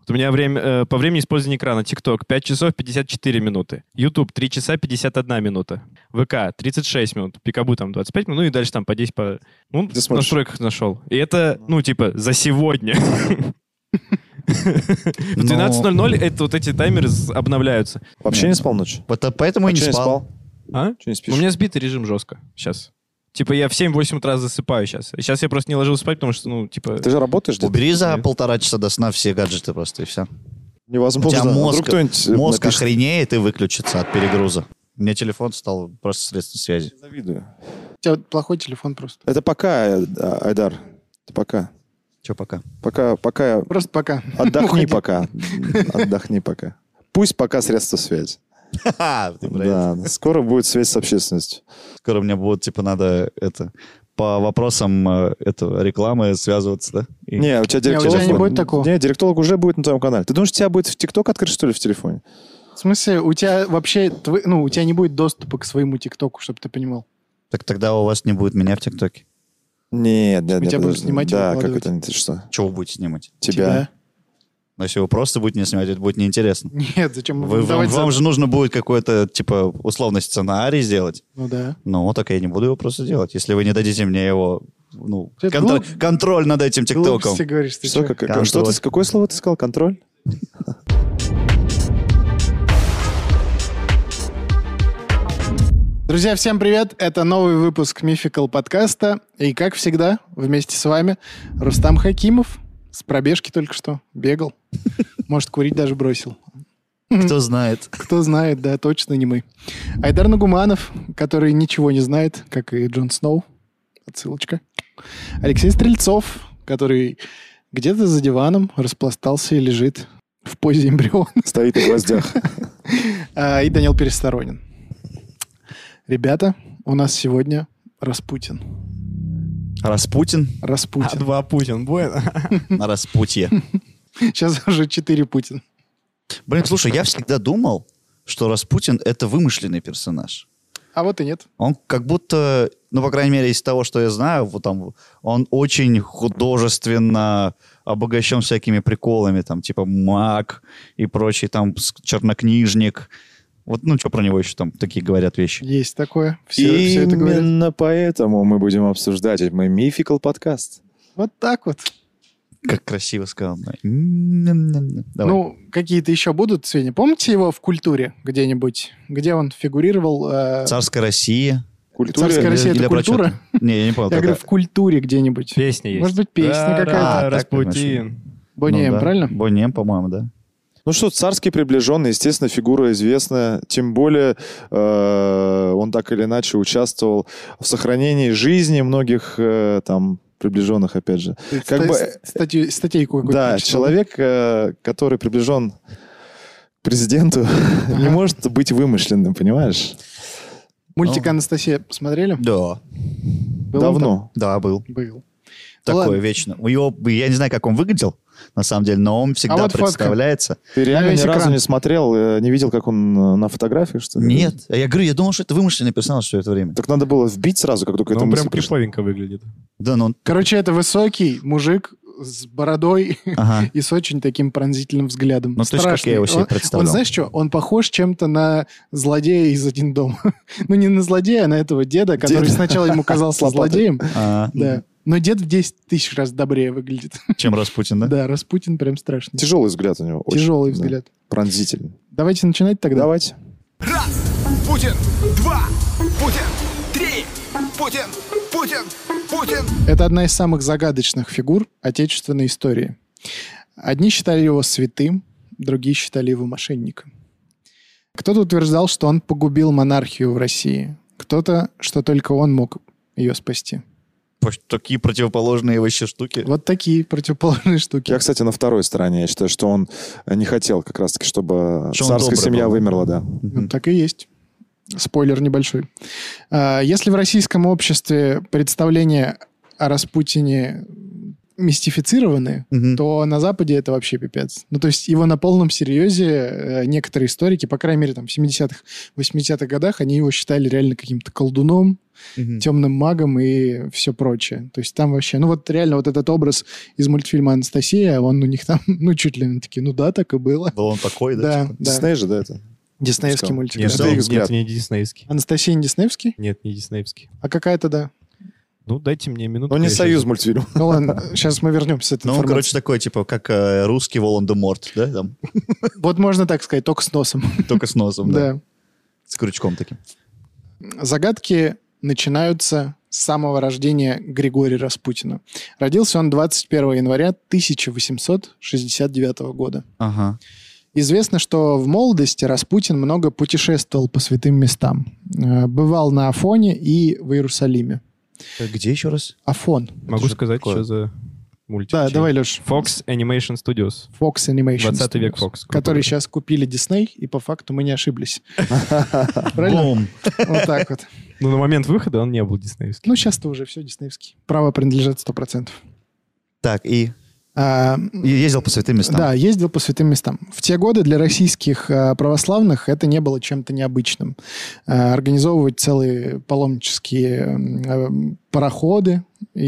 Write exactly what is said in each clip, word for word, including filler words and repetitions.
Вот у меня время, э, по времени использования экрана TikTok пять часов пятьдесят четыре минуты. YouTube три часа пятьдесят одна минута. ВК тридцать шесть минут. Пикабу там двадцать пять минут. Ну и дальше там по десять по... Ну, в настройках нашел. И это, ну, типа, за сегодня. В двенадцать ноль ноль это вот эти таймеры обновляются. Вообще не спал ночью? Поэтому и не спал. А? У меня сбитый режим жестко сейчас. Типа я в семь-восемь утра засыпаю сейчас. Сейчас я просто не ложился спать, потому что, ну, типа... Ты же работаешь? Убери за Нет. полтора часа до сна все гаджеты просто, и все. Невозможно. У тебя мозг, мозг напишет... охренеет и выключится от перегруза. У меня телефон стал просто средством связи. Завидую. У тебя плохой телефон просто. Это пока, Айдар. Это пока. Че пока? Пока, пока... Просто пока. Отдохни пока. Отдохни пока. Пусть пока средства связи. Да, скоро будет связь с общественностью. Скоро мне будет, типа, надо это по вопросам этого рекламы связываться, да? И... Не, у тебя директолог... Не, у тебя не будет такого. Не, директолог уже будет на твоем канале. Ты думаешь, у тебя будет в ТикТок открыт, что ли, в телефоне? В смысле, у тебя вообще... Твой, ну, у тебя не будет доступа к своему ТикТоку, чтобы ты понимал. Так тогда у вас не будет меня в ТикТоке. Нет, нет, нет. Тебя будут снимать Да, как это, ты что? Чего вы будете снимать? Тебя. Тебя. Но если вы просто будете не снимать, это будет неинтересно. Нет, зачем? Вы, вам, вам же нужно будет какой-то, типа, условный сценарий сделать. Ну да. Ну, так я не буду его просто делать. Если вы не дадите мне его, ну, контр... глуп... контроль над этим ТикТоком. Говоришь, ты что, что? Как, что ты, какое слово ты сказал? Контроль? Друзья, всем привет! Это новый выпуск Mythical подкаста. И, как всегда, вместе с вами Рустам Хакимов. С пробежки только что бегал. Может, курить даже бросил. Кто знает. Кто знает, да, точно не мы. Айдар Нагуманов, который ничего не знает, как и Джон Сноу. Отсылочка. Алексей Стрельцов, который где-то за диваном распластался и лежит в позе эмбриона. Стоит на гвоздях. И Данил Пересторонин. Ребята, у нас сегодня Распутин. Распутин? Распутин. А два Путин. Будет? На распутье. Сейчас уже четыре Путин. Блин, слушай, я всегда думал, что Распутин — это вымышленный персонаж. А вот и нет. Он как будто, ну, по крайней мере, из того, что я знаю, вот там, он очень художественно обогащен всякими приколами, там, типа маг и прочий, там, чернокнижник. Вот, ну, что про него еще там такие говорят вещи? Есть такое. Все, и все это говорят. Именно поэтому мы будем обсуждать мой Mythical подкаст. Вот так вот. Как красиво сказал. Давай. Ну, какие-то еще будут, Свеня? Помните его в «Культуре» где-нибудь? Где он фигурировал? Э... «Царская Россия». Культура. «Царская Россия» — это «Культура»? Не, я не понял. Я говорю, в «Культуре» где-нибудь. Песня есть. Может быть, песня какая-то. Распутин. Бонни Эм, правильно? Бонни Эм, по-моему, да. Ну что, царский приближенный, естественно, фигура известная. Тем более э, он так или иначе участвовал в сохранении жизни многих э, там приближенных, опять же. Как Ст- бы, статью, статейку какую-то Да, прочитал. человек, э, который приближен к президенту, не может быть вымышленным, понимаешь? Мультик «Анастасия» посмотрели? Да. Давно. Да, был. Был. Такое вечно. У него, я не знаю, как он выглядел, на самом деле, но он всегда а вот представляется. Ты реально ни экран. разу не смотрел, не видел, как он на фотографии, что ли? Нет. Я говорю, я думал, что это вымышленный персонаж все это время. Так надо было вбить сразу, как только Ну, это он мысль прям пришла. криповенько выглядит. Да, но он... Короче, это высокий мужик с бородой Ага. и с очень таким пронзительным взглядом. Ну, точно, как я его себе он, представлял. он, знаешь что, он похож чем-то на злодея из «Один дома». Ну, не на злодея, а на этого деда, который Деда. сначала ему казался С лопатой. злодеем. А, Да. Но дед в десять тысяч раз добрее выглядит. чем Распутин, да? Да, Распутин прям страшный. Тяжелый взгляд у него. очень, Тяжелый да, взгляд. Пронзительный. Давайте начинать тогда. Давайте. Раз, Путин, два, Путин, три, Путин, Путин, Путин. Это одна из самых загадочных фигур отечественной истории. Одни считали его святым, другие считали его мошенником. Кто-то утверждал, что он погубил монархию в России. Кто-то, что только он мог ее спасти. Такие противоположные вообще штуки. Вот такие противоположные штуки. Я, кстати, на второй стороне. Я считаю, что он не хотел как раз-таки, чтобы Что он царская добрый семья был. вымерла, да. Ну, так и есть. Спойлер небольшой. А, Если в российском обществе представление о Распутине мистифицированы, Мгм. то на Западе это вообще пипец. Ну, то есть его на полном серьезе э, некоторые историки, по крайней мере, там, в семидесятых, восьмидесятых годах, они его считали реально каким-то колдуном, Мгм. темным магом и все прочее. То есть там вообще... Ну, вот реально вот этот образ из мультфильма «Анастасия», он у них там, ну, чуть ли не такие, ну да, так и было. Да он такой, да? Да, типа? да. Дисней же, да, это? Диснеевский Пускал. мультик. Нет, Это да. их нет, взгляд. не диснеевский. Анастасия не диснеевский? Нет, не диснеевский. А какая-то, да. Ну, дайте мне минуту. Ну, не я щас- союз мультфильм. Ну ладно, сейчас мы вернемся с этой Ну, он, информацией. короче, такой, типа, как э, русский Волан-де-Морт, да? Там, Вот можно так сказать, только с носом. только с носом, да. Да. С крючком таким. Загадки начинаются с самого рождения Григория Распутина. Родился он двадцать первого января тысяча восемьсот шестьдесят девятого года. Ага. Известно, что в молодости Распутин много путешествовал по святым местам. Э, Бывал на Афоне и в Иерусалиме. Э, Где еще раз? Афон. Могу же сказать, такое? что за мультик. Да, чей? давай, Леш. Fox Animation Studios. Fox Animation двадцатый век Studios, Fox, грубо который говоря. сейчас купили Disney, и по факту мы не ошиблись. Правильно? Бум. Вот так вот. Ну, на момент выхода он не был диснеевским. Ну, сейчас-то уже все диснеевский. Право принадлежит сто процентов. Так, и А, и ездил по святым местам. Да, ездил по святым местам. В те годы для российских а, православных это не было чем-то необычным. А, организовывать целые паломнические м, а, пароходы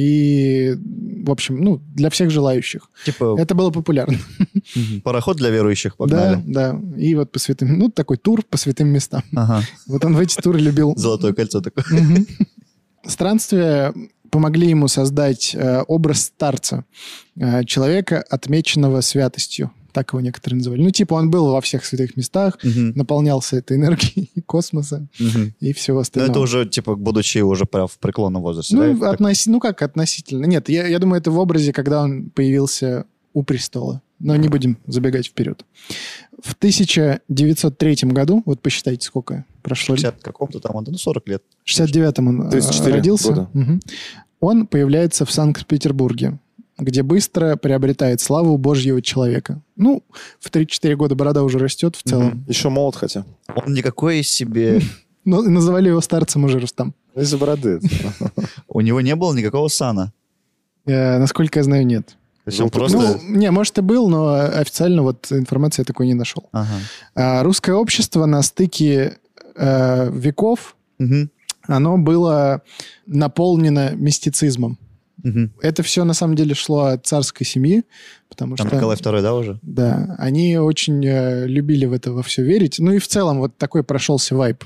и, в общем, ну, для всех желающих. Типа Это было популярно. мгм, пароход для верующих, погнали. Да, да. И вот по святым... Ну, такой тур по святым местам. Ага. Вот он в эти туры любил. Золотое кольцо такое. Мгм. Странствия помогли ему создать э, образ старца, э, человека, отмеченного святостью. Так его некоторые называли. Ну, типа, он был во всех святых местах, Мгм, наполнялся этой энергией космоса мгм. и всего Ну, остального. это уже, типа, будучи уже прав в преклонном возрасте, да? ну, Так- относи- ну, как относительно? Нет, я, я думаю, это в образе, когда он появился у престола. Но не будем забегать вперед. В тысяча девятьсот третьем году, вот посчитайте, сколько прошло. В шестидесятом каком-то там, ну, сорок лет. В шестьдесят девятом он э, тридцать четыре родился. года. Мгм. Он появляется в Санкт-Петербурге, где быстро приобретает славу Божьего человека. Ну, в тридцать-четыре года борода уже растет в целом. Еще молод хотя. Он никакой из себе... Но называли его старцем уже Рустам. Из-за бороды. У него не было никакого сана. Э, насколько я знаю, нет. То есть он Ну, просто... Ну, не, может и был, но официально вот информации я такой не нашел. Ага. А русское общество на стыке э, веков, Мгм, оно было наполнено мистицизмом. мгм. Это все на самом деле шло от царской семьи, потому Там что... Николай второй, да, уже? Да, они очень э, любили в это во все верить. Ну и в целом вот такой прошелся вайб.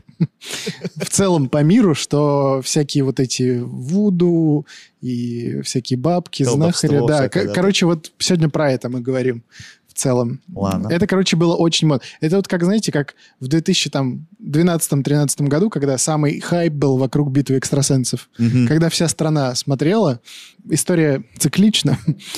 В целом по миру, что всякие вот эти вуду и всякие бабки, Колдовство знахари. Да, всякое, К- да. короче, вот сегодня про это мы говорим в целом. Ладно. Это, короче, было очень модно. Это вот как, знаете, как в две тысячи двенадцатом-тринадцатом году, когда самый хайп был вокруг битвы экстрасенсов. Мгм. Когда вся страна смотрела, история циклична.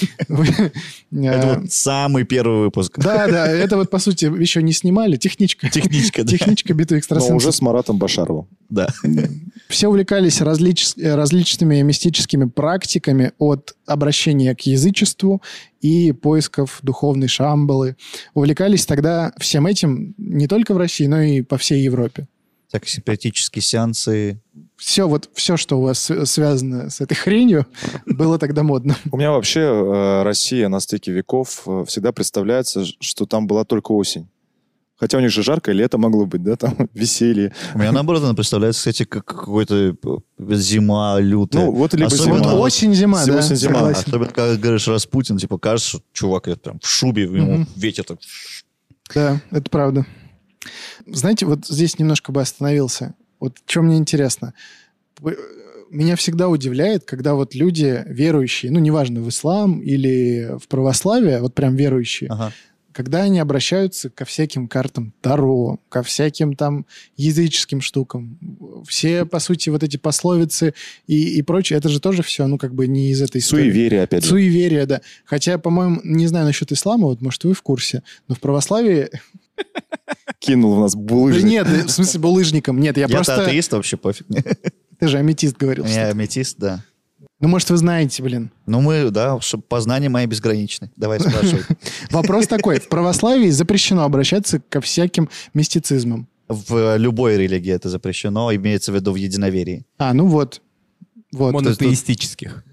Это вот самый первый выпуск. Да, да, это вот, по сути, еще не снимали. Техничка. Техничка, да. Техничка битвы Но экстрасенсов. уже с Маратом Башаровым. Да. Все увлекались различ- э, различными мистическими практиками от обращения к язычеству и поисков духовной шамбалы. Увлекались тогда всем этим не только в России, но и по всей Европе. Так, спиритические сеансы. Все, вот все, что у вас с- связано с этой хренью, было тогда модно. У меня вообще э, Россия на стыке веков э, всегда представляется, ж- что там была только осень. Хотя у них же жаркое лето могло быть, да, там веселье. У меня, наоборот, она представляется, кстати, как какой-то э, зима лютая. Ну, вот либо Особенно- Вот зима. осень-зима, да? Осень-зима. согласен. Особенно, когда говоришь Распутин, типа, кажется, что чувак идет прям в шубе, ему Мгм. ветер так... Да, это правда. Знаете, вот здесь немножко бы остановился. Вот что мне интересно. Вы- Меня всегда удивляет, когда вот люди верующие, ну, неважно, в ислам или в православие, вот прям верующие, Ага. когда они обращаются ко всяким картам Таро, ко всяким там языческим штукам, все, по сути, вот эти пословицы и, и прочее, это же тоже все, ну, как бы не из этой истории. Суеверие, опять же. Суеверие, да. Хотя, по-моему, не знаю насчет ислама, вот, может, вы в курсе, но в православии... Кинул в нас Да булыжник. нет, в смысле, булыжником. Нет, я Я-то просто... атеист, вообще пофиг. Ты же аметист говорил. Я что-то. аметист, да. Ну, может, вы знаете, блин. Ну, мы, да, чтоб познания мои безграничны. Давай спрашивай. Вопрос такой. В православии запрещено обращаться ко всяким мистицизмам. В любой религии это запрещено, имеется в виду в единоверии. А, ну вот. Вот. Монотеистических.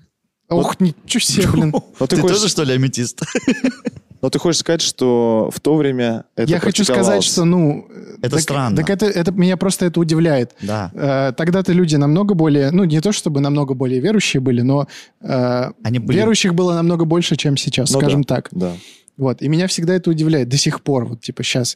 Ох, ничего себе, блин. Но Ты ты хочешь- тоже, что ли, аметист? Но ты хочешь сказать, что в то время это Я хочу сказать, практиковалось? что, ну... Это так- странно. Так это, это, меня просто это удивляет. Да. Э, Тогда-то люди намного более... Ну, не то чтобы намного более верующие были, но э, Они были... верующих было намного больше, чем сейчас, Ну скажем да, так. Да. Вот. И меня всегда это удивляет до сих пор. Вот, типа, сейчас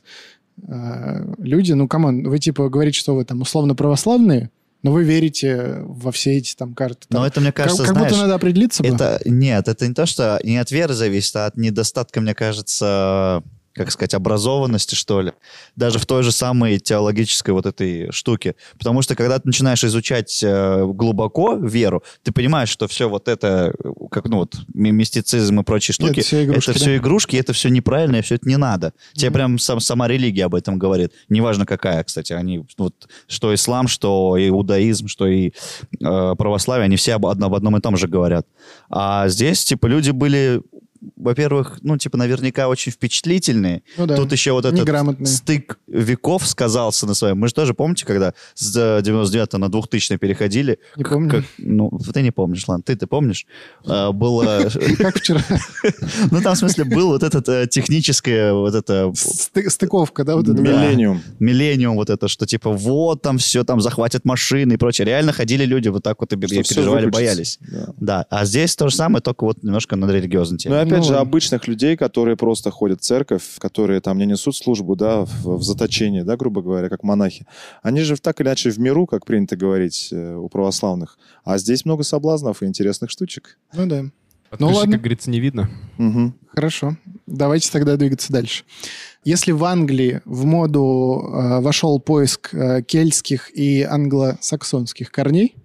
люди... Ну, камон, вы, типа, говорите, что вы там условно православные, но вы верите во все эти там карты. Там. Но это, мне кажется, как, как знаешь... будто надо определиться бы. Это нет, это не то, что не от веры зависит, а от недостатка, мне кажется, как сказать, образованности, что ли. Даже в той же самой теологической вот этой штуке. Потому что когда ты начинаешь изучать э, глубоко веру, ты понимаешь, что все вот это, как, ну вот, ми- мистицизм и прочие штуки, Это все игрушки, это да? все игрушки, это все неправильно, и все это не надо. Тебе прям сам, сама религия об этом говорит. Неважно какая, кстати. Они, вот, что ислам, что иудаизм, что и э, православие, они все об, одно- об одном и том же говорят. А здесь, типа, люди были... Во-первых, ну, типа, наверняка очень впечатлительные. Ну да, Тут еще вот этот неграмотные. стык веков сказался на своем. Мы же тоже, помните, когда с девяносто девятого на двухтысячный переходили? Не К- помню. как- ну, ты не помнишь, ладно, ты-то помнишь? А, Было... Как вчера. Ну, там, в смысле, был вот этот э, техническое, вот это... Сты- Стыковка, да, вот это? Миллениум. Миллениум вот это, что типа вот там все, там захватят машины и прочее. Реально ходили люди вот так вот и Что всё переживали, выключится. боялись. Да. Да, а здесь то же самое, только вот немножко над религиозной Ну и темой. опять Ну, же, ладно. обычных людей, которые просто ходят в церковь, которые там не несут службу, да, в, в заточении, да, грубо говоря, как монахи. Они же так или иначе в миру, как принято говорить э, у православных. А здесь много соблазнов и интересных штучек. Ну да. От Ну крыши, ладно. как говорится, не видно. Мгм. Хорошо. Давайте тогда двигаться дальше. Если в Англии в моду э, вошел поиск э, кельтских и англосаксонских корней,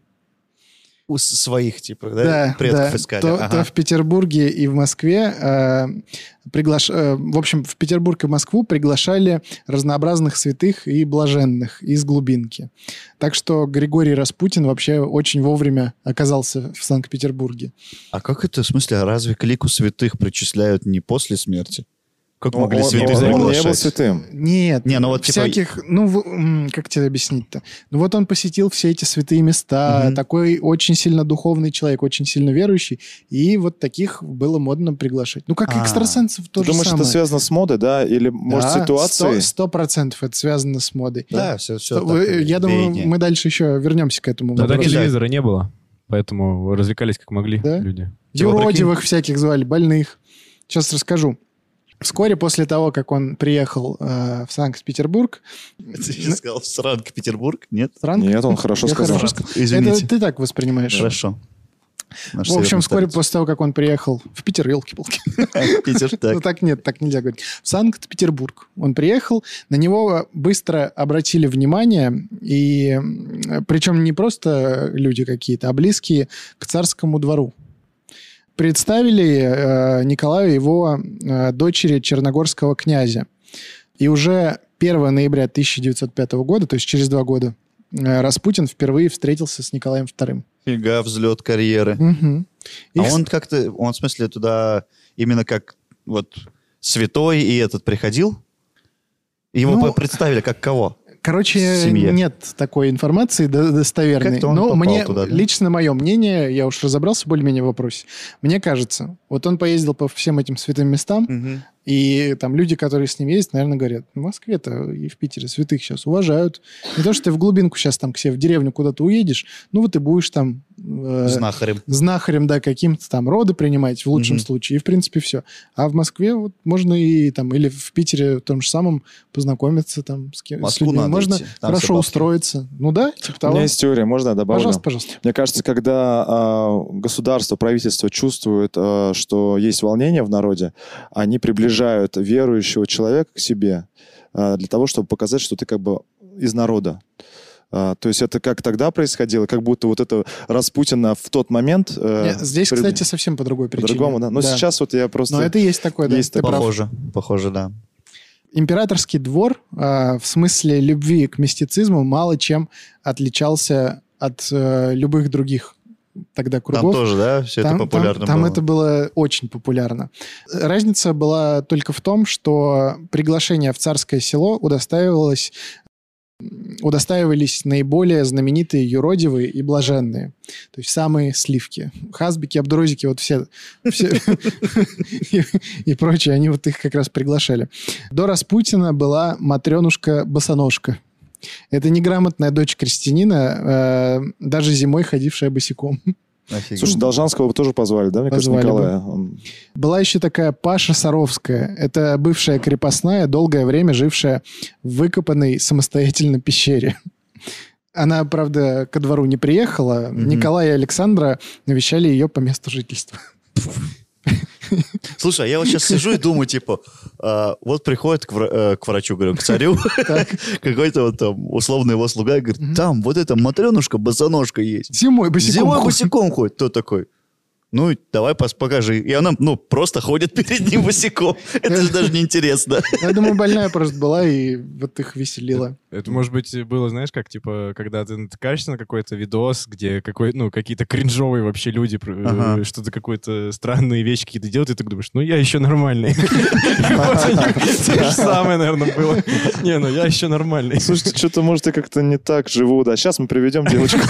У с- своих, типа, да, да, предков да, искали. то, Ага. то в Петербурге и в Москве э, приглаш... э, в общем, в Петербург и Москву приглашали разнообразных святых и блаженных из глубинки. Так что Григорий Распутин вообще очень вовремя оказался в Санкт-Петербурге. А как это, в смысле, а разве к лику святых причисляют не после смерти? Как Ну, могли он, святых он- он не был приглашать? святым. Нет, Не, ну вот типа- всяких, ну, в- м, как тебе объяснить-то? Ну вот он посетил все эти святые места, Мгм. такой очень сильно духовный человек, очень сильно верующий, и вот таких было модно приглашать. Ну как А. экстрасенсов то Ты же думаешь, самое. это связано с модой, да? Или, может, Да, ситуацией? Сто процентов это связано с модой. Да, все, все. Сто- вы- Я думаю, мы дальше еще вернемся к этому Тогда вопросу. телевизора не было, поэтому развлекались как могли Да? люди. Юродивых всяких звали, больных. Сейчас расскажу. Вскоре после того, как он приехал э, в Санкт-Петербург... Ты сейчас сказал Санкт-Петербург? Нет? Странно? Нет, он хорошо Я сказал. хорошо сказал. Извините. Это ты так воспринимаешь. Хорошо. Наш В общем, северный вскоре столица. после того, как он приехал в Питер, елки-палки. Питер, так. Ну так нет, так нельзя говорить. В Санкт-Петербург он приехал, на него быстро обратили внимание, и м, причем не просто люди какие-то, а близкие к царскому двору. Представили э, Николаю его э, дочери черногорского князя. И уже первого ноября тысяча девятьсот пятого года, то есть через два года, э, Распутин впервые встретился с Николаем вторым. Фига, взлет карьеры. Мгм. А Их он как-то, он в смысле туда именно как вот святой и этот приходил? Его Ну, по- представили как кого? Короче, в семье. нет такой информации до- достоверной. Как-то он Но попал мне, туда, да? лично мое мнение, я уж разобрался более-менее в вопросе, мне кажется, вот он поездил по всем этим святым местам, и там люди, которые с ним ездят, наверное, говорят, в Москве-то и в Питере святых сейчас уважают. Не то, что ты в глубинку сейчас там к себе в деревню куда-то уедешь, ну вот ты будешь там... э, Знахарем. знахарем, да, каким-то там роды принимать в лучшем Мгм. случае, и в принципе все. А в Москве вот можно и там, или в Питере в том же самом познакомиться там с кем В с Москву людьми. надо Можно идти, там хорошо все бабки. устроиться. Ну да, типа У того. меня есть теория, можно я добавлю? Пожалуйста, пожалуйста. Мне кажется, когда а, государство, правительство чувствует, а, что есть волнение в народе, они приближают верующего человека к себе а, для того, чтобы показать, что ты как бы из народа. А, то есть это как тогда происходило, как будто вот это Распутина в тот момент... э, Не, Здесь, пред- кстати, совсем по другой причине. По-другому, да? Но сейчас вот я просто... Но это есть такое, да, есть ты такое. прав. Похоже, похоже, да. Императорский двор а, в смысле любви к мистицизму мало чем отличался от э, любых других тогда Там кругов. тоже, да, все это Там- популярно там, там было. это было очень популярно. Разница была только в том, что приглашение в царское село удостаивалось удостаивались наиболее знаменитые юродивые и блаженные. То есть самые сливки. Хазбики, Абдурозики, вот все, все и прочие, они вот их как раз приглашали. До Распутина была Матренушка-босоножка. Это неграмотная дочь крестьянина, даже зимой ходившая босиком. Офигеть. Слушай, Должанского тоже позвали, да? Мне кажется, Николая. Он... Была еще такая Паша Саровская. Это бывшая крепостная, долгое время жившая в выкопанной самостоятельно пещере. Она, правда, ко двору не приехала. Mm-hmm. Николай и Александра навещали ее по месту жительства. Слушай, а я вот сейчас сижу и думаю, типа, а, вот приходит к, вра- к врачу, говорю, к царю, какой-то вот там условный его слуга, и говорит, там вот эта матренушка-босоножка есть. Зимой босиком Зимой ходит. босиком ходит. Кто такой? Ну, давай пос- покажи. И она, ну, просто ходит перед ним босиком. Это же даже неинтересно. Я думаю, больная просто была и вот их веселила. Это, может быть, было, знаешь, как, типа, когда ты натыкаешься на какой-то видос, где какой, ну, какие-то кринжовые вообще люди ага. что-то, какие-то странные вещи какие-то делают, и ты думаешь, ну, я еще нормальный. То же самое, наверное, было. Не, ну, я еще нормальный. Слушайте, что-то, может, я как-то не так живу. Да, сейчас мы приведем девочку.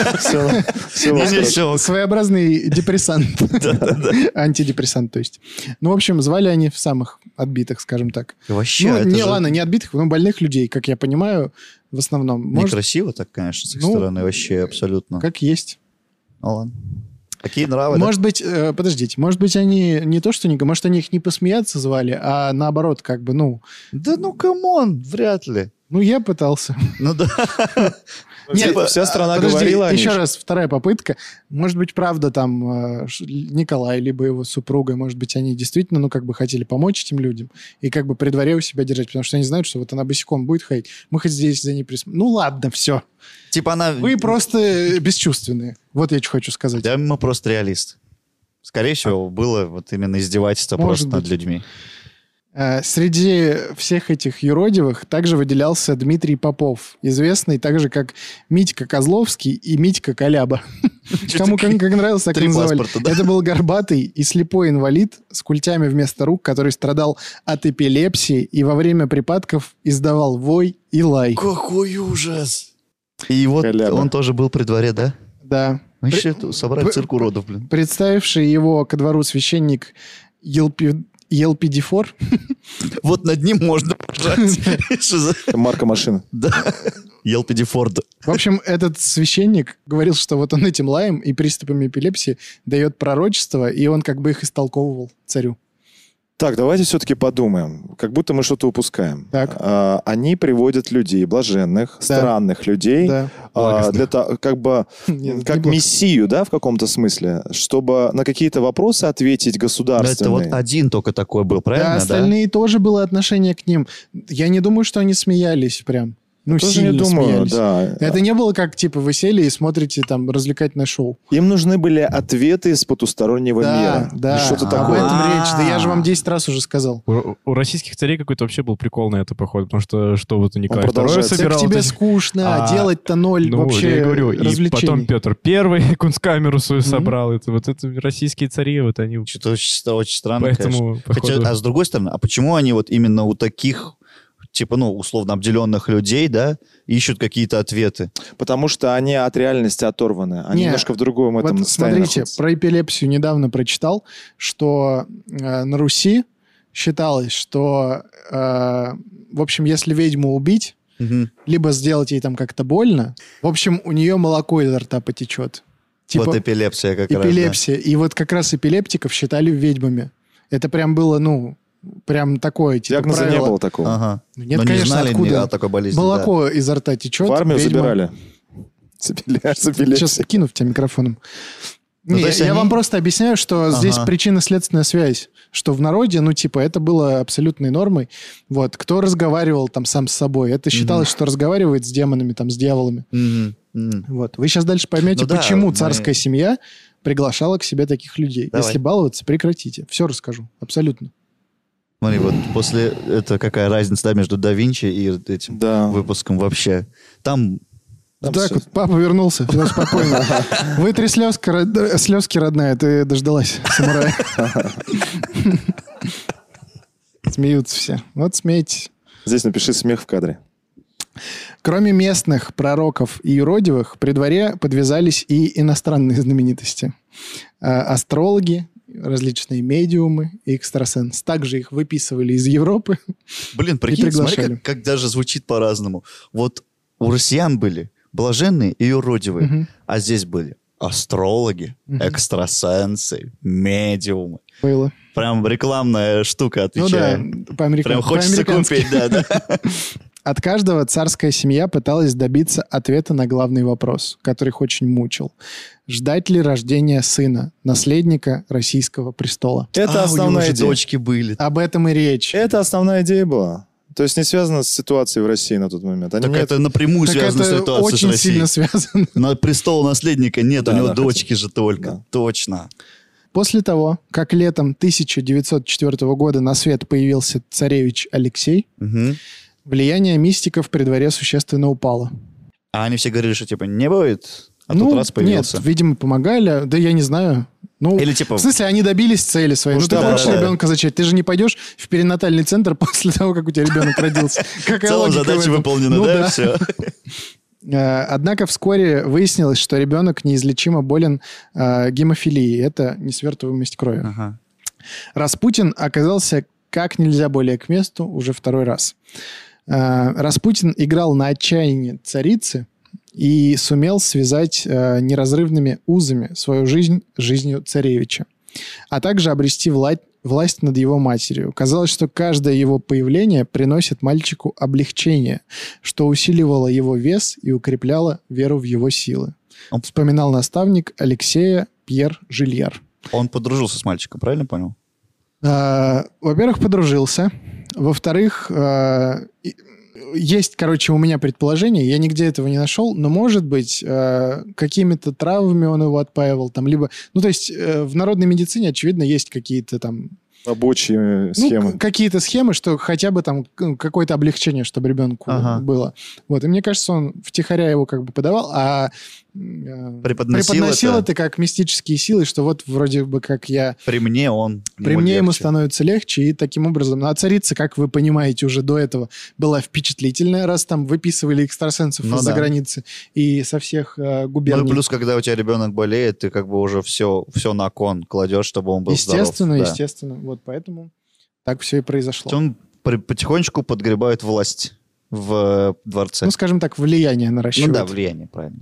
Все. Своеобразный депрессант. Антидепрессант, то есть. Ну, в общем, звали они в самых отбитых, скажем так. Вообще, ну, это не, же... ладно, не отбитых, но больных людей, как я понимаю, в основном. Некрасиво Может... так, конечно, с их ну, стороны, вообще абсолютно. Как есть. Ну, ладно. Какие нравы, Может да? быть, э, подождите, может быть, они не то, что не... Может, они их не посмеяться звали, а наоборот, как бы, ну... Да ну, камон, вряд ли. Ну, я пытался. Ну, да. Нет, вся страна подожди, говорила. Еще раз, вторая попытка. Может быть, правда, там Николай, либо его супруга, может быть, они действительно, ну, как бы хотели помочь этим людям и как бы при дворе у себя держать, потому что они знают, что вот она босиком будет ходить. Мы хоть здесь за ней присмотрим. Ну, ладно, все. Типа она... Вы просто бесчувственные. Вот я что хочу сказать. Да, мы просто реалисты. Скорее всего, было вот именно издевательство просто над людьми. Среди всех этих юродивых также выделялся Дмитрий Попов, известный также как Митька Козловский и Митька Коляба. Кому как нравилось, так и называли. Это был горбатый и слепой инвалид с культями вместо рук, который страдал от эпилепсии и во время припадков издавал вой и лай. Какой ужас! И вот он тоже был при дворе, да? Да. Вообще собрать цирк уродов, блин. Представивший его ко двору священник Елпи... Елпидифор. Вот над ним можно пожать. Марка машины. Да. Елпидифорд. В общем, этот священник говорил, что вот он этим лаем и приступами эпилепсии дает пророчество, и он как бы их истолковывал царю. Так, давайте все-таки подумаем. Как будто мы что-то упускаем. Так. А, они приводят людей, блаженных, да. странных людей, да. а, для того, как бы, Нет, как мессию, да, в каком-то смысле, чтобы на какие-то вопросы ответить государственные. Это вот один только такой был, правильно? Да, остальные да? тоже было отношение к ним. Я не думаю, что они смеялись прям. Ну, тоже сильно не думаю, смеялись. Да. Это не было как, типа, вы сели и смотрите там развлекательное шоу. Им нужны были ответы из потустороннего да, мира. Да, что-то об такое. этом речь. Да я же вам десять раз уже сказал. У, у российских царей какой-то вообще был прикол на это, походу, потому что что вот Николай второй собирал... Так тебе эти... скучно, а делать-то ноль ну, вообще я говорю, развлечений. И потом Петр Первый кунсткамеру свою mm-hmm. собрал. Это, вот это российские цари, вот они... Что-то очень, очень странно, Поэтому, Хотя, а с другой стороны, а почему они вот именно у таких... типа, ну, условно обделенных людей, да, ищут какие-то ответы. Потому что они от реальности оторваны. Они Не, немножко в другом этом вот состоянии смотрите, находятся. Про эпилепсию недавно прочитал, что э, на Руси считалось, что, э, в общем, если ведьму убить, угу. либо сделать ей там как-то больно, в общем, у нее молоко изо рта потечет. Типа, вот эпилепсия как раз. Эпилепсия. Да. И вот как раз эпилептиков считали ведьмами. Это прям было, ну... Прям такое, типа, диагноза правило. не было такого. Ага. Нет, но конечно, не знали откуда? Ни о такой болезни. Молоко да. изо рта течет. В армию ведьма... забирали. Сейчас кину в тебя микрофоном. Ну, Не, я они... вам просто объясняю, что ага. здесь причинно-следственная связь. Что в народе, ну, типа, это было абсолютной нормой. Вот. Кто разговаривал там сам с собой, это считалось, mm-hmm. что разговаривает с демонами, там, с дьяволами. Mm-hmm. Mm-hmm. Вот. Вы сейчас дальше поймете, ну, почему да, царская мы... семья приглашала к себе таких людей. Давай. Если баловаться, прекратите. Все расскажу. Абсолютно. Смотри, вот после... Это какая разница, да, между Да Винчи и этим да. выпуском вообще. Там... Там так все... вот, папа вернулся, все спокойно. Вытри слезки, слезки, родная, ты дождалась самурая. Смеются все. Вот смейтесь. Здесь напиши смех в кадре. Кроме местных пророков и юродивых, при дворе подвязались и иностранные знаменитости. Астрологи, различные медиумы и экстрасенсы. Также их выписывали из Европы. Блин, прикинь, смотри, как, как даже звучит по-разному. Вот у россиян были блаженные и юродивые, угу. а здесь были астрологи, угу. экстрасенсы, медиумы. Было. Прям рекламная штука, отвечаю. Ну да, по-американски. Прям хочется купить, да, да. От каждого царская семья пыталась добиться ответа на главный вопрос, который их очень мучил. Ждать ли рождения сына, наследника российского престола? Это а, основная у него идея. Дочки были. Об этом и речь. Это основная идея была. То есть не связано с ситуацией в России на тот момент. Они так нет... это напрямую так связано с ситуацией в России. очень сильно связано. На престол наследника нет, да, у него да, дочки хотя... же только. Да. Точно. После того, как летом тысяча девятьсот четвёртого года на свет появился царевич Алексей, угу. влияние мистиков при дворе существенно упало. А они все говорили, что типа не будет, а ну, тут раз появился. Нет, видимо, помогали. Да я не знаю. Ну, Или типа... В смысле, они добились цели своей. Ну, ты да, хочешь да, ребенка зачать? Ты же не пойдешь в перинатальный центр после того, как у тебя ребенок родился. В целом задача выполнена, да? Все. Однако вскоре выяснилось, что ребенок неизлечимо болен э, гемофилией. Это несвертываемость крови. Ага. Распутин оказался как нельзя более к месту уже второй раз. Э, Распутин играл на отчаянии царицы и сумел связать э, неразрывными узами свою жизнь с жизнью царевича, а также обрести власть власть над его матерью. Казалось, что каждое его появление приносит мальчику облегчение, что усиливало его вес и укрепляло веру в его силы. Он вспоминал наставник Алексея Пьер Жильяр. Он подружился с мальчиком, правильно понял? А, во-первых, подружился. Во-вторых, а, есть, короче, у меня предположение, я нигде этого не нашел, но, может быть, а, какими-то травмами он его отпаивал, там, либо... Ну, то есть, э, в народной медицине, очевидно, есть какие-то там... Рабочие схемы. Ну, какие-то схемы, что хотя бы там какое-то облегчение, чтобы ребенку ага. было. Вот. И мне кажется, он втихаря его как бы подавал, а преподносил, преподносил это... это как мистические силы, что вот вроде бы как я... При мне он... При мне легче. Ему становится легче, и таким образом... Ну, а царица, как вы понимаете, уже до этого была впечатлительная, раз там выписывали экстрасенсов ну, из-за да. границы и со всех э, губерний. Ну и плюс, когда у тебя ребенок болеет, ты как бы уже все, все на кон кладешь, чтобы он был естественно, здоров. Естественно, естественно. Вот поэтому так все и произошло. Он потихонечку подгребает власть в дворце. Ну, скажем так, влияние наращивает. Ну да, влияние, правильно.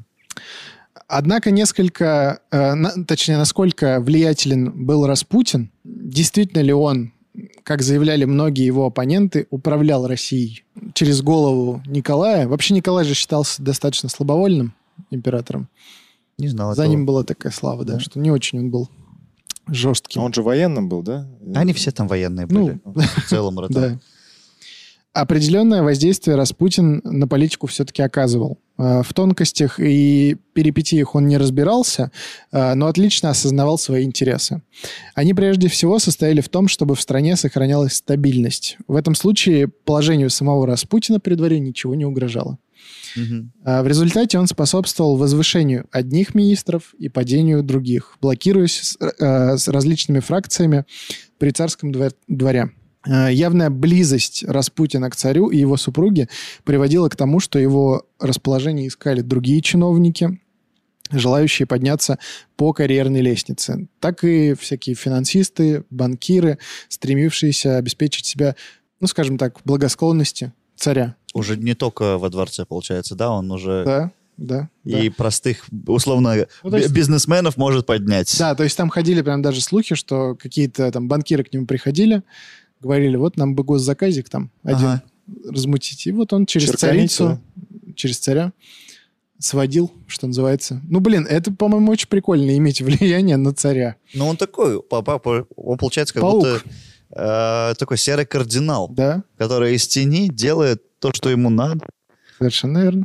Однако несколько, э, на, точнее, насколько влиятелен был Распутин, действительно ли он, как заявляли многие его оппоненты, управлял Россией через голову Николая? Вообще Николай же считался достаточно слабовольным императором. Не знал За этого. ним была такая слава, да, да, что не очень он был жестким. А он же военным был, да? Они все там военные были. Ну, в целом, рода. Да. Определенное воздействие Распутин на политику все-таки оказывал. В тонкостях и перипетиях он не разбирался, но отлично осознавал свои интересы. Они прежде всего состояли в том, чтобы в стране сохранялась стабильность. В этом случае положению самого Распутина при дворе ничего не угрожало. Угу. В результате он способствовал возвышению одних министров и падению других, блокируясь с, с различными фракциями при царском дворе. Явная близость Распутина к царю и его супруге приводила к тому, что его расположение искали другие чиновники, желающие подняться по карьерной лестнице. Так и всякие финансисты, банкиры, стремившиеся обеспечить себя, ну, скажем так, благосклонности царя. Уже не только во дворце, получается, да? Он уже... Да. Да, и да. простых, условно, ну, есть, бизнесменов может поднять. Да, то есть там ходили прям даже слухи, что какие-то там банкиры к нему приходили, говорили, вот нам бы госзаказик там один ага. размутить. И вот он через Черканицу, царицу, через царя сводил, что называется. Ну, блин, это, по-моему, очень прикольно иметь влияние на царя. Ну, он такой, папа, он получается как Паук. будто э, такой серый кардинал, да? который из тени делает то, что ему надо. Совершенно верно.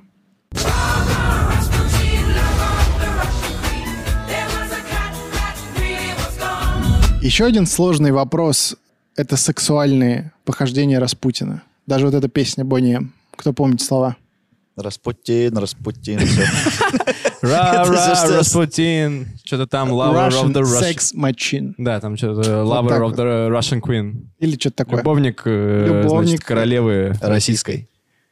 Еще один сложный вопрос – это сексуальные похождения Распутина. Даже вот эта песня Бонни Эм. Кто помнит слова? Распутин, Распутин. Распутин. Что-то там Lover of the Russian... Sex Machine. Да, там что-то Lover of the Russian Queen. Или что-то такое. Любовник, Любовник значит, королевы российской.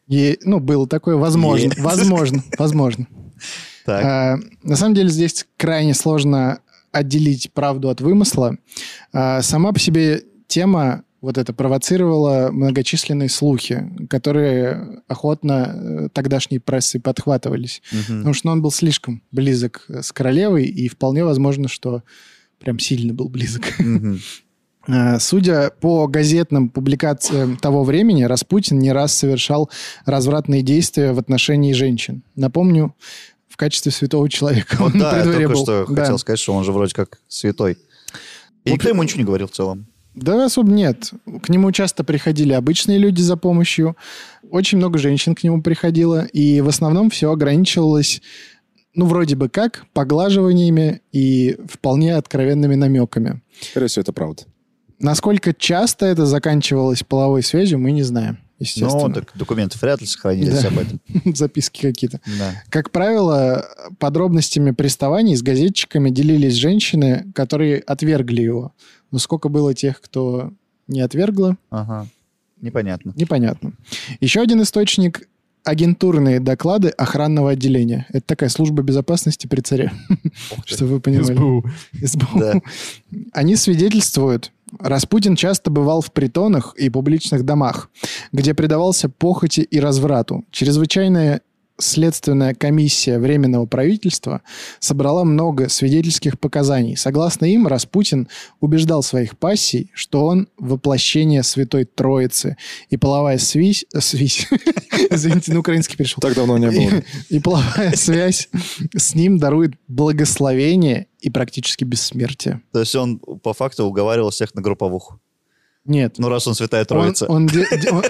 И, ну, было такое, возможно, Есть. возможно, возможно. Так. А, на самом деле здесь крайне сложно отделить правду от вымысла. А, сама по себе тема вот это провоцировала многочисленные слухи, которые охотно э, тогдашней прессой подхватывались. Мгм. Потому что ну, он был слишком близок с королевой, и вполне возможно, что прям сильно был близок. Мгм. Э, Судя по газетным публикациям того времени, Распутин не раз совершал развратные действия в отношении женщин. Напомню, в качестве святого человека Вот он да, при я дворе только был. что Да. хотел сказать, что он же вроде как святой. И никто ему ничего не говорил в целом. Да, особо нет. К нему часто приходили обычные люди за помощью. Очень много женщин к нему приходило. И в основном все ограничивалось, ну, вроде бы как, поглаживаниями и вполне откровенными намеками. Скорее всего, это правда. Насколько часто это заканчивалось половой связью, мы не знаем, естественно. Ну, так документов вряд ли сохранились Да. об этом. Записки какие-то. Да. Как правило, подробностями приставаний с газетчиками делились женщины, которые отвергли его. Но сколько было тех, кто не отвергла, Ага. Непонятно. непонятно. Еще один источник – агентурные доклады охранного отделения. Это такая служба безопасности при царе, чтобы вы понимали. СБУ. СБУ. Да. Они свидетельствуют, Распутин часто бывал в притонах и публичных домах, где предавался похоти и разврату. Чрезвычайная следственная комиссия Временного правительства собрала много свидетельских показаний. Согласно им, Распутин убеждал своих пассий, что он воплощение Святой Троицы, и половая связь... связь извините, на украинский перешел. Так давно не было. И половая связь с ним дарует благословение и практически бессмертие. То есть он по факту уговаривал всех на групповуху. Нет. Ну, раз он святая Он- троица. он де- де- он-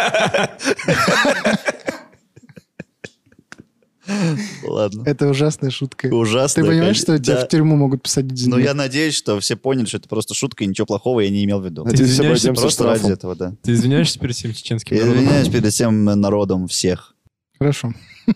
Ладно. Это ужасная шутка. Ужасно. Ты понимаешь, что тебя Да. в тюрьму могут посадить за Ну, нее? я надеюсь, что все поняли, что это просто шутка, и ничего плохого я не имел в виду. Надеюсь, извиняешься обойдемся Просто ради штрафом. этого, да. Ты извиняешься перед всем чеченским Я народом? извиняюсь перед всем народом всех. Хорошо.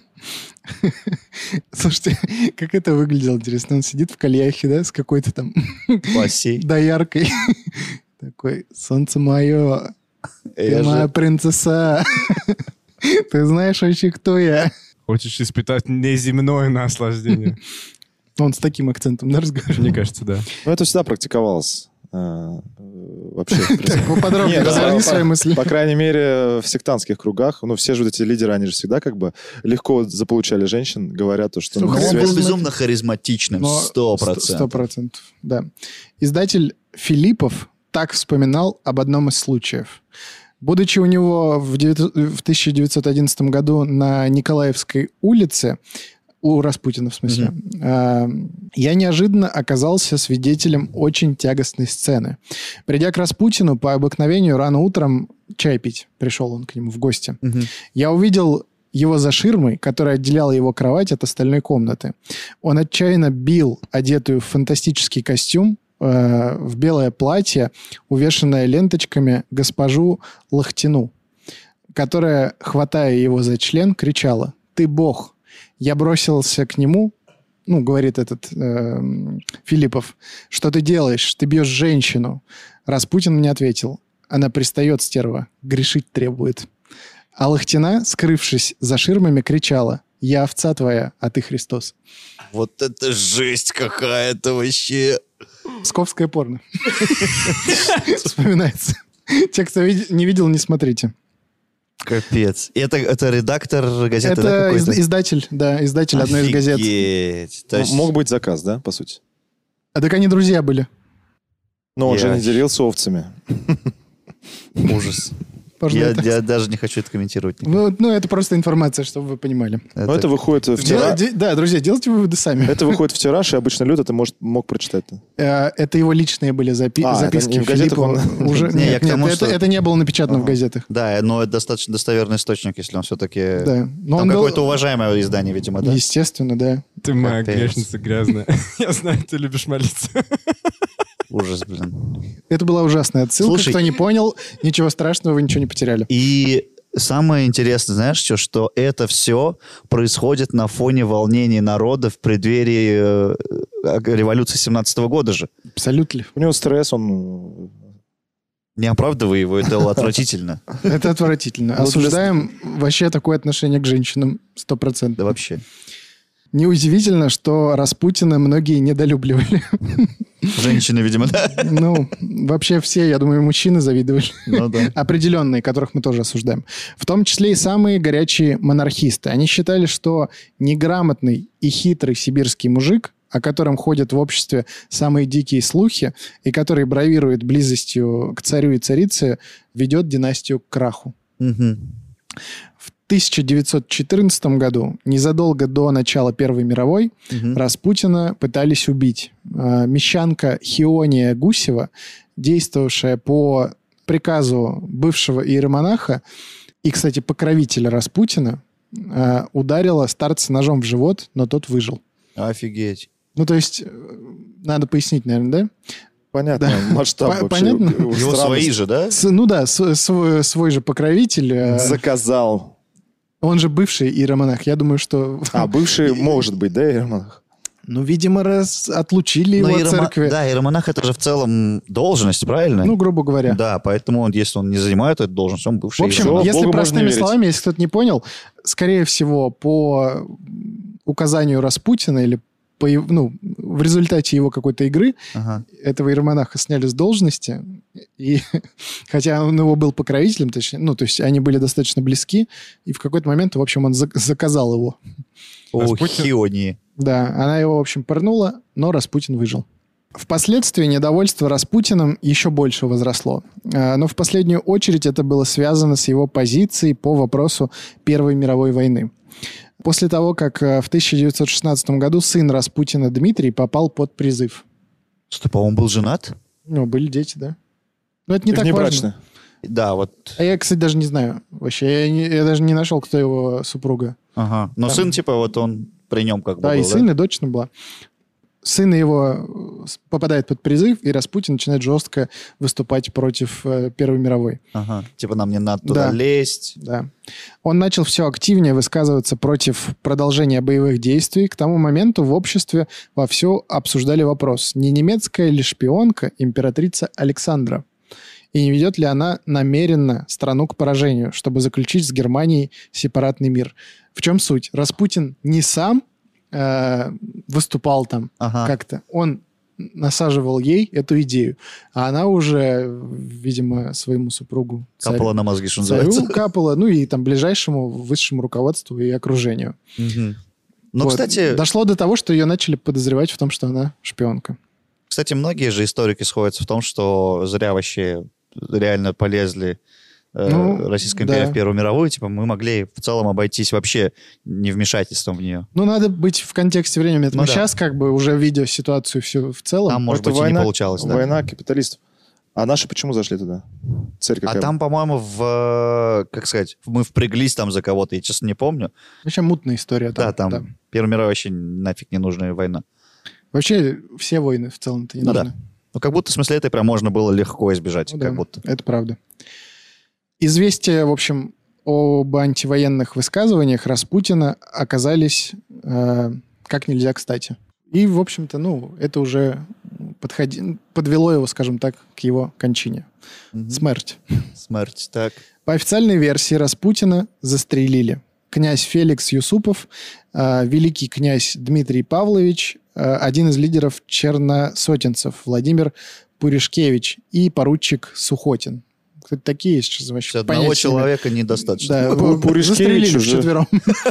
Слушайте, как это выглядело, интересно? Он сидит в кальяхе, да, с какой-то там Спаси. дояркой. Такой, солнце мое, ты Я моя же- принцесса. Ты знаешь вообще, кто я? Хочешь испытать неземное наслаждение? Он с таким акцентом, да, разговаривает? Мне кажется, да. Ну, это всегда практиковалось. э, Вообще, в принципе. Так, поподробнее Нет, разверни по- свои мысли. По крайней мере, в сектантских кругах, ну, все же вот эти лидеры, они же всегда как бы легко заполучали женщин, говоря то, что... Ну, ну, Ну, он хрен связь- был знает. безумно харизматичным, Но сто Сто процентов. процентов, да. Издатель Филиппов так вспоминал об одном из случаев. Будучи у него в девят- в тысяча девятьсот одиннадцатом году на Николаевской улице, у Распутина, в смысле, а, я неожиданно оказался свидетелем очень тягостной сцены. Придя к Распутину, по обыкновению рано утром чай пить, пришел он к нему в гости, Мгм. я увидел его за ширмой, которая отделяла его кровать от остальной комнаты. Он отчаянно бил одетую в фантастический костюм, э, в белое платье, увешанное ленточками, госпожу Лохтину, которая, хватая его за член, кричала: «Ты бог!» Я бросился к нему, ну, говорит этот э, Филиппов: «Что ты делаешь? Ты бьешь женщину». Распутин мне ответил: «Она пристает, стерва, грешить требует». А Лохтина, скрывшись за ширмами, кричала: «Я овца твоя, а ты Христос». Вот это жесть какая-то вообще. Псковское порно. Вспоминается. Те, кто види- не видел, не смотрите. Капец. И это, это редактор газеты, да, Это из- какой-то? издатель, да, издатель одной из газет. Офигеть. То есть- М- Мог быть заказ, да, по сути? А так они друзья были. Но он Я- же не делился овцами. Ужас. Можно Я, это- я даже не хочу это комментировать. Ну, ну, это просто информация, чтобы вы понимали. Но это выходит в Дел- тираж. де- да, друзья, делайте выводы сами. Это выходит в тираж, и обычно Люд это может, мог прочитать. Э, Это его личные были запи- А, это записки не в газетах Филиппова. он- Уже... Не, я Нет, к тому, нет, это, что- это не было напечатано в газетах. Да, но это достаточно достоверный источник, если он все-таки... Да. Но Там он был- какое-то уважаемое издание, видимо, да? Естественно, да. Ты моя Капец. грешница грязная. Я знаю, ты любишь молиться. Ужас, блин. Это была ужасная отсылка. Слушай- Кто не понял, ничего страшного, вы ничего не потеряли. И самое интересное, знаешь, что, что это все происходит на фоне волнений народа в преддверии э, революции семнадцатого года же. Абсолютно. У него стресс, он Не оправдывай его, это отвратительно. Это отвратительно. Осуждаем вообще такое отношение к женщинам сто процентов. Да вообще. Неудивительно, что Распутина многие недолюбливали. Женщины, видимо, да? Ну, вообще все, я думаю, мужчины завидовали. Ну, да. Определенные, которых мы тоже осуждаем. В том числе и самые горячие монархисты. Они считали, что неграмотный и хитрый сибирский мужик, о котором ходят в обществе самые дикие слухи, и который бравирует близостью к царю и царице, ведет династию к краху. Угу. В тысяча девятьсот четырнадцатом году, незадолго до начала Первой мировой, Угу. Распутина пытались убить. А, Мещанка Хиония Гусева, действовавшая по приказу бывшего иеромонаха и, кстати, покровителя Распутина, а, ударила старца ножом в живот, но тот выжил. Офигеть. Ну, то есть, надо пояснить, наверное, да? Понятно, Да. масштаб По- вообще. понятно? Его Странно. свои же, да? С- ну да, с- свой, свой же покровитель, а, Заказал. он же бывший иеромонах. Я думаю, что... А, бывший может быть, да, Ермонах? Ну, видимо, раз отлучили его Но от иеромо- церкви. Да, иеромонах это же в целом должность, правильно? Ну, грубо говоря. Да, поэтому он, если он не занимает эту должность, он бывший В общем, Слава если Богу, можно простыми верить. словами, если кто-то не понял, скорее всего, по указанию Распутина или по, ев- ну, в результате его какой-то игры Ага. этого иеромонаха сняли с должности, и хотя он его был покровителем, точнее, ну, то есть они были достаточно близки, и в какой-то момент, в общем, он зак- заказал его. О, Распутин- Хионии. Да, она его, в общем, пырнула, но Распутин выжил. Впоследствии недовольство Распутиным еще больше возросло. А, Но в последнюю очередь это было связано с его позицией по вопросу Первой мировой войны. После того, как а, в тысяча девятьсот шестнадцатом году сын Распутина Дмитрий попал под призыв. Стоп, а он был женат? Ну, были дети, да. Но это не так Внебрачно. важно. Да, вот. А я, кстати, даже не знаю. Вообще, я, не- я даже не нашел, кто его супруга. Ага. Но Там. сын, типа, вот он при нем как бы Да, был, и сын, и дочь была. Сын его э, с- попадает под призыв, и Распутин начинает жестко выступать против э, Первой мировой. Ага. Типа, нам не надо туда Да. лезть. Да. Он начал все активнее высказываться против продолжения боевых действий. К тому моменту в обществе вовсю обсуждали вопрос, не немецкая ли шпионка императрица Александра, и не ведет ли она намеренно страну к поражению, чтобы заключить с Германией сепаратный мир. В чем суть? Распутин не сам э, выступал там Ага. как-то. Он насаживал ей эту идею. А она уже, видимо, своему супругу царю- Капала на мозги, что царю называется. капала, ну и там ближайшему высшему руководству и окружению. Мгм. Ну, Вот. кстати, Дошло до того, что ее начали подозревать в том, что она шпионка. кстати, многие же историки сходятся в том, что зря вообще реально полезли э, Ну, Российская империя да. в Первую мировую. Типа, мы могли в целом обойтись вообще невмешательством в нее. Ну, надо быть в контексте времени. Это Ну мы да. сейчас, как бы, уже видя ситуацию всю в целом. Там, может Это быть, и война- не получалось, да. Война капиталистов. А наши почему зашли туда? Цель какая? А там, по-моему, в, э, как сказать, мы впряглись там за кого-то, я, честно, не помню. Вообще мутная история. Да, там да. Первая мировая вообще нафиг не нужная война. Вообще все войны в целом-то не Ну нужны. да. Ну, как будто в смысле этой прям можно было легко избежать, Ну как да, будто. это правда. Известия, в общем, об антивоенных высказываниях Распутина оказались э, как нельзя кстати. И, в общем-то, ну, это уже подходи... подвело его, скажем так, к его кончине. Мгм. Смерть. Смерть, так. По официальной версии Распутина застрелили князь Феликс Юсупов, э, великий князь Дмитрий Павлович, э, один из лидеров черносотенцев Владимир Пуришкевич и поручик Сухотин. Кто такие сейчас вообще? Одного понять не имею. человека недостаточно. Да, Пу- Пуришкевич застрелили уже. вчетвером.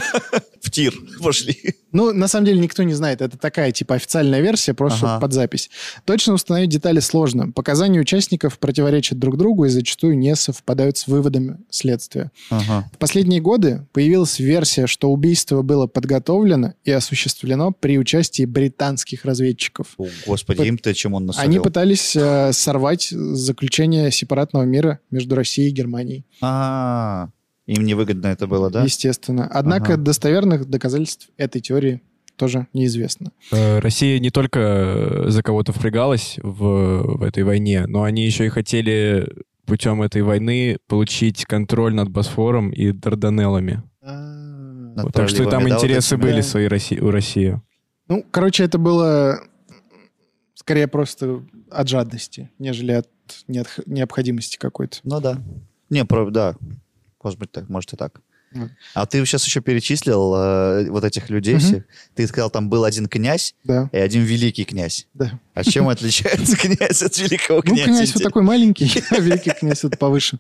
В тир пошли. Ну, на самом деле, никто не знает. Это такая, типа, официальная версия, просто Ага. под запись. Точно установить детали сложно. Показания участников противоречат друг другу и зачастую не совпадают с выводами следствия. Ага. В последние годы появилась версия, что убийство было подготовлено и осуществлено при участии британских разведчиков. О, господи, Пот- им-то чем он насолил? Они пытались э, сорвать заключение сепаратного мира между Россией и Германией. А, им невыгодно это было, да? Естественно. Однако Ага. достоверных доказательств этой теории тоже неизвестно. Э, Россия не только э, за кого-то впрягалась в, в этой войне, но они еще и хотели путем этой войны получить контроль над Босфором и Дарданеллами. Над Вот, так что и там проливами, да, вот интересы этими? были Да. свои Росси- у России. Ну, короче, это было скорее просто от жадности, нежели от от неотх- необходимости какой-то. Ну да. Не, про, да. Может быть, так, может и так. Вот. А ты сейчас еще перечислил э, вот этих людей Мгм. всех. Ты сказал, там был один князь Да, и один великий князь. да. А чем отличается князь от великого Ну, князя? князь вот такой маленький, а великий князь вот повыше.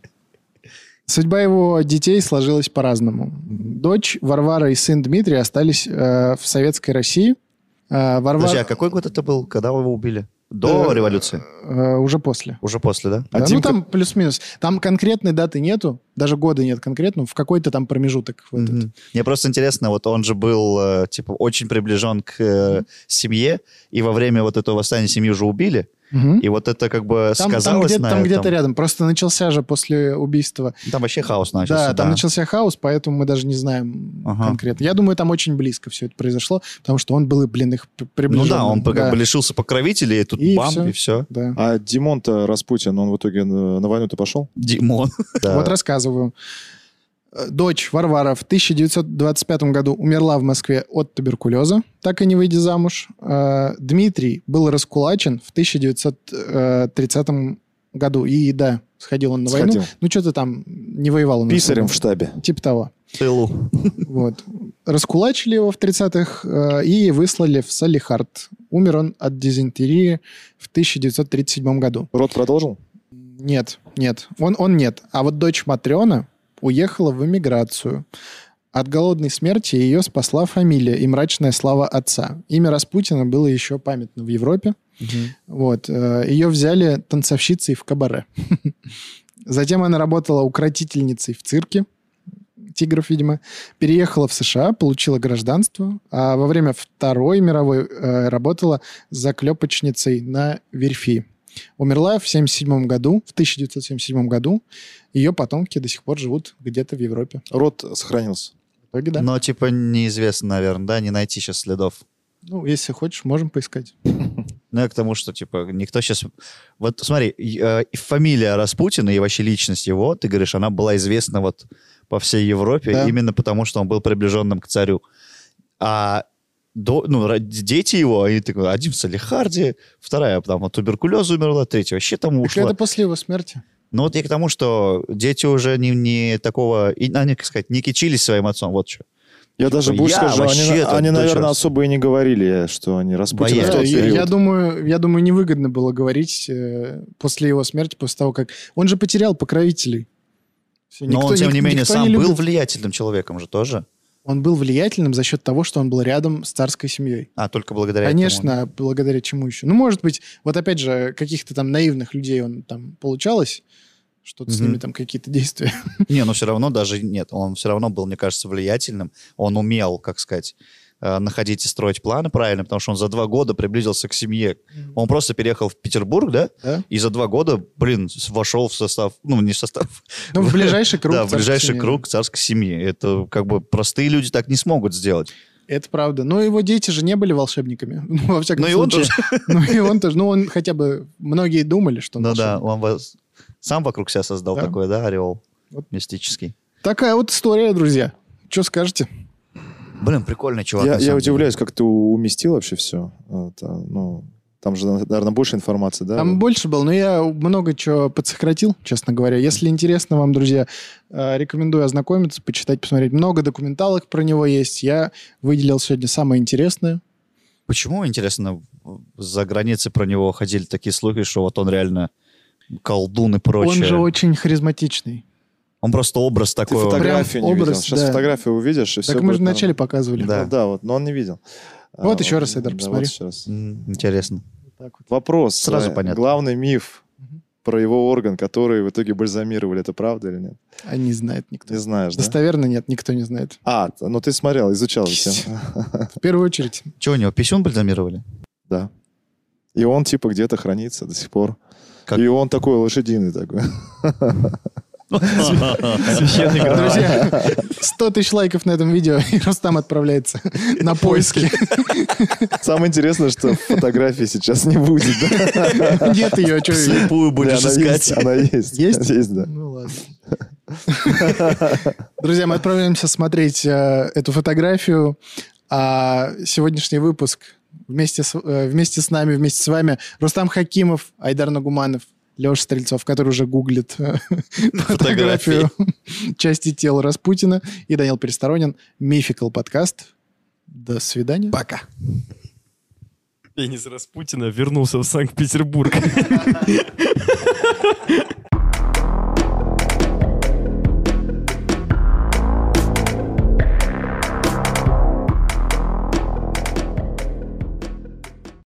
Судьба его детей сложилась по-разному. Дочь Варвара и сын Дмитрий остались э, в советской России. Э, Варвара... Подожди, а какой год это был? Когда его убили? До Э, революции? э, уже после. Уже после, да? А Да, ну, Димка- там плюс-минус. Там конкретной даты нету, даже года нет конкретно, в какой-то там промежуток. в этот. Мгм. Мне просто интересно, вот он же был, э, типа, очень приближен к э, семье, и во время вот этого восстания семью уже убили, Мгм. и вот это как бы Там, там сказалось где-то, на там этом. где-то рядом. Просто начался же после убийства. Там вообще хаос начался, Да, да. там начался хаос, поэтому мы даже не знаем Ага. конкретно. Я думаю, там очень близко все это произошло, потому что он был, блин, их п- Ну приближенным. да, он как Да, бы лишился покровителей, и тут И бам, всё. и все. да. А Димон-то Распутин, он в итоге на, на войну-то пошел? Димон. Да. Вот рассказываю. Э, Дочь Варвара в тысяча девятьсот двадцать пятом году умерла в Москве от туберкулеза, так и не выйдя замуж. Э, Дмитрий был раскулачен в тысяча девятьсот тридцатом году. И да, сходил он на Сходил. войну. Ну, что-то там не воевал. он на Писарем в самом- штабе. Типа того. Тылу. Вот. Раскулачили его в тридцатых э, и выслали в Салихард. Умер он от дизентерии в тысяча девятьсот тридцать седьмом году. Род продолжил? Нет, нет. Он, он нет. А вот дочь Матрена уехала в эмиграцию. От голодной смерти ее спасла фамилия и мрачная слава отца. Имя Распутина было еще памятно в Европе. Вот. э, Ее взяли танцовщицей в кабаре. Затем она работала укротительницей в цирке. Тигров, видимо. Переехала в США, получила гражданство. А во время Второй мировой э, работала заклепочницей на верфи. Умерла в семьдесят седьмом году, в тысяча девятьсот семьдесят седьмом году. Ее потомки до сих пор живут где-то в Европе. Род сохранился. В итоге, да. Но, типа, неизвестно, наверное, да, не найти сейчас следов. Ну, если хочешь, можем поискать. Ну, я к тому, что, типа, никто сейчас... Вот, смотри, и, э, и фамилия Распутина и вообще личность его, ты говоришь, она была известна вот по всей Европе Да. именно потому, что он был приближенным к царю. А до, ну, ро- дети его, они такой, один в Салихарде, вторая там от туберкулеза умерла, третья вообще там Так ушла. это после его смерти. Ну, вот я к тому, что дети уже не, не такого... И, они, как сказать, не кичились своим отцом, вот что. Я даже Я больше скажу, они, вообще там они, дочь наверное, рас- особо и не говорили, что они Распутина Боялись. в тот Да, я, период. я думаю, я думаю, невыгодно было говорить э, после его смерти, после того, как... Он же потерял покровителей. Всё, Но никто- он, тем ник- не менее, никто сам не был любит. влиятельным человеком же тоже. Он был влиятельным за счет того, что он был рядом с царской семьей. А, только благодаря этому. Конечно, благодаря чему еще? Ну, может быть, вот опять же, каких-то там наивных людей он там получалось, что-то с Мгм. ними там какие-то действия. Не, но все равно даже нет. Он все равно был, мне кажется, влиятельным. Он умел, как сказать, э, находить и строить планы правильно, потому что он за два года приблизился к семье. Он просто переехал в Петербург, да? Да? И за два года, блин, с- вошел в состав, ну, не в состав. Ну, в ближайший круг. Да, в царской ближайший семьи. круг царской семьи. Это как бы простые люди так не смогут сделать. Это правда. Но его дети же не были волшебниками. Ну, во всяком Ну, и он случае. Ну, и он тоже. Ну, он хотя бы... Многие думали, что он Ну да, волшебник. он вас- сам вокруг себя создал Да. такой, да, ореол Вот. мистический. Такая вот история, друзья. Что скажете? Блин, прикольный чувак. Я, на я самом деле. удивляюсь, как ты уместил вообще все. Это, ну, там же, наверное, больше информации, да? Там больше было, но я много чего подсократил, честно говоря. Если интересно вам, друзья, э, рекомендую ознакомиться, почитать, посмотреть. Много документалок про него есть. Я выделил сегодня самое интересное. Почему, интересно, за границей про него ходили такие слухи, что вот он реально колдун и прочее? Он же очень харизматичный. Он просто образ Ты такой. фотографию Прям не образ, видел. Сейчас да. фотографию увидишь, и все Так мы же вначале показывали. Да. Да. да, вот, но он не видел. Вот А, еще раз, Эдар, да, посмотри. вот еще раз. М, Интересно. Так вот. Вопрос. Сразу э, понятно. Главный миф Мгм. про его орган, который в итоге бальзамировали, это правда или нет? А не знает никто. Не знаешь, да? Достоверно нет, никто не знает. А, т- ну ты смотрел, изучал затем. В первую очередь. Че, у него писюн бальзамировали? Да. И он типа где-то хранится до сих пор. Как? И он такой лошадиный такой. Священный грааль. Друзья, сто тысяч лайков на этом видео, и Рустам отправляется на поиски. Самое интересное, что фотографии сейчас не будет. да? Нет ее, что Вслепую Да, будешь она искать. есть, она есть. Есть? Есть, да. Ну ладно. Друзья, мы отправляемся смотреть э, эту фотографию. А сегодняшний выпуск вместе с, э, вместе с нами, вместе с вами Рустам Хакимов, Айдар Нагуманов, Леша Стрельцов, который уже гуглит фотографию части тела Распутина, и Данил Пересторонин. Мификал подкаст. До свидания. Пока. Пенис Распутина вернулся в Санкт-Петербург.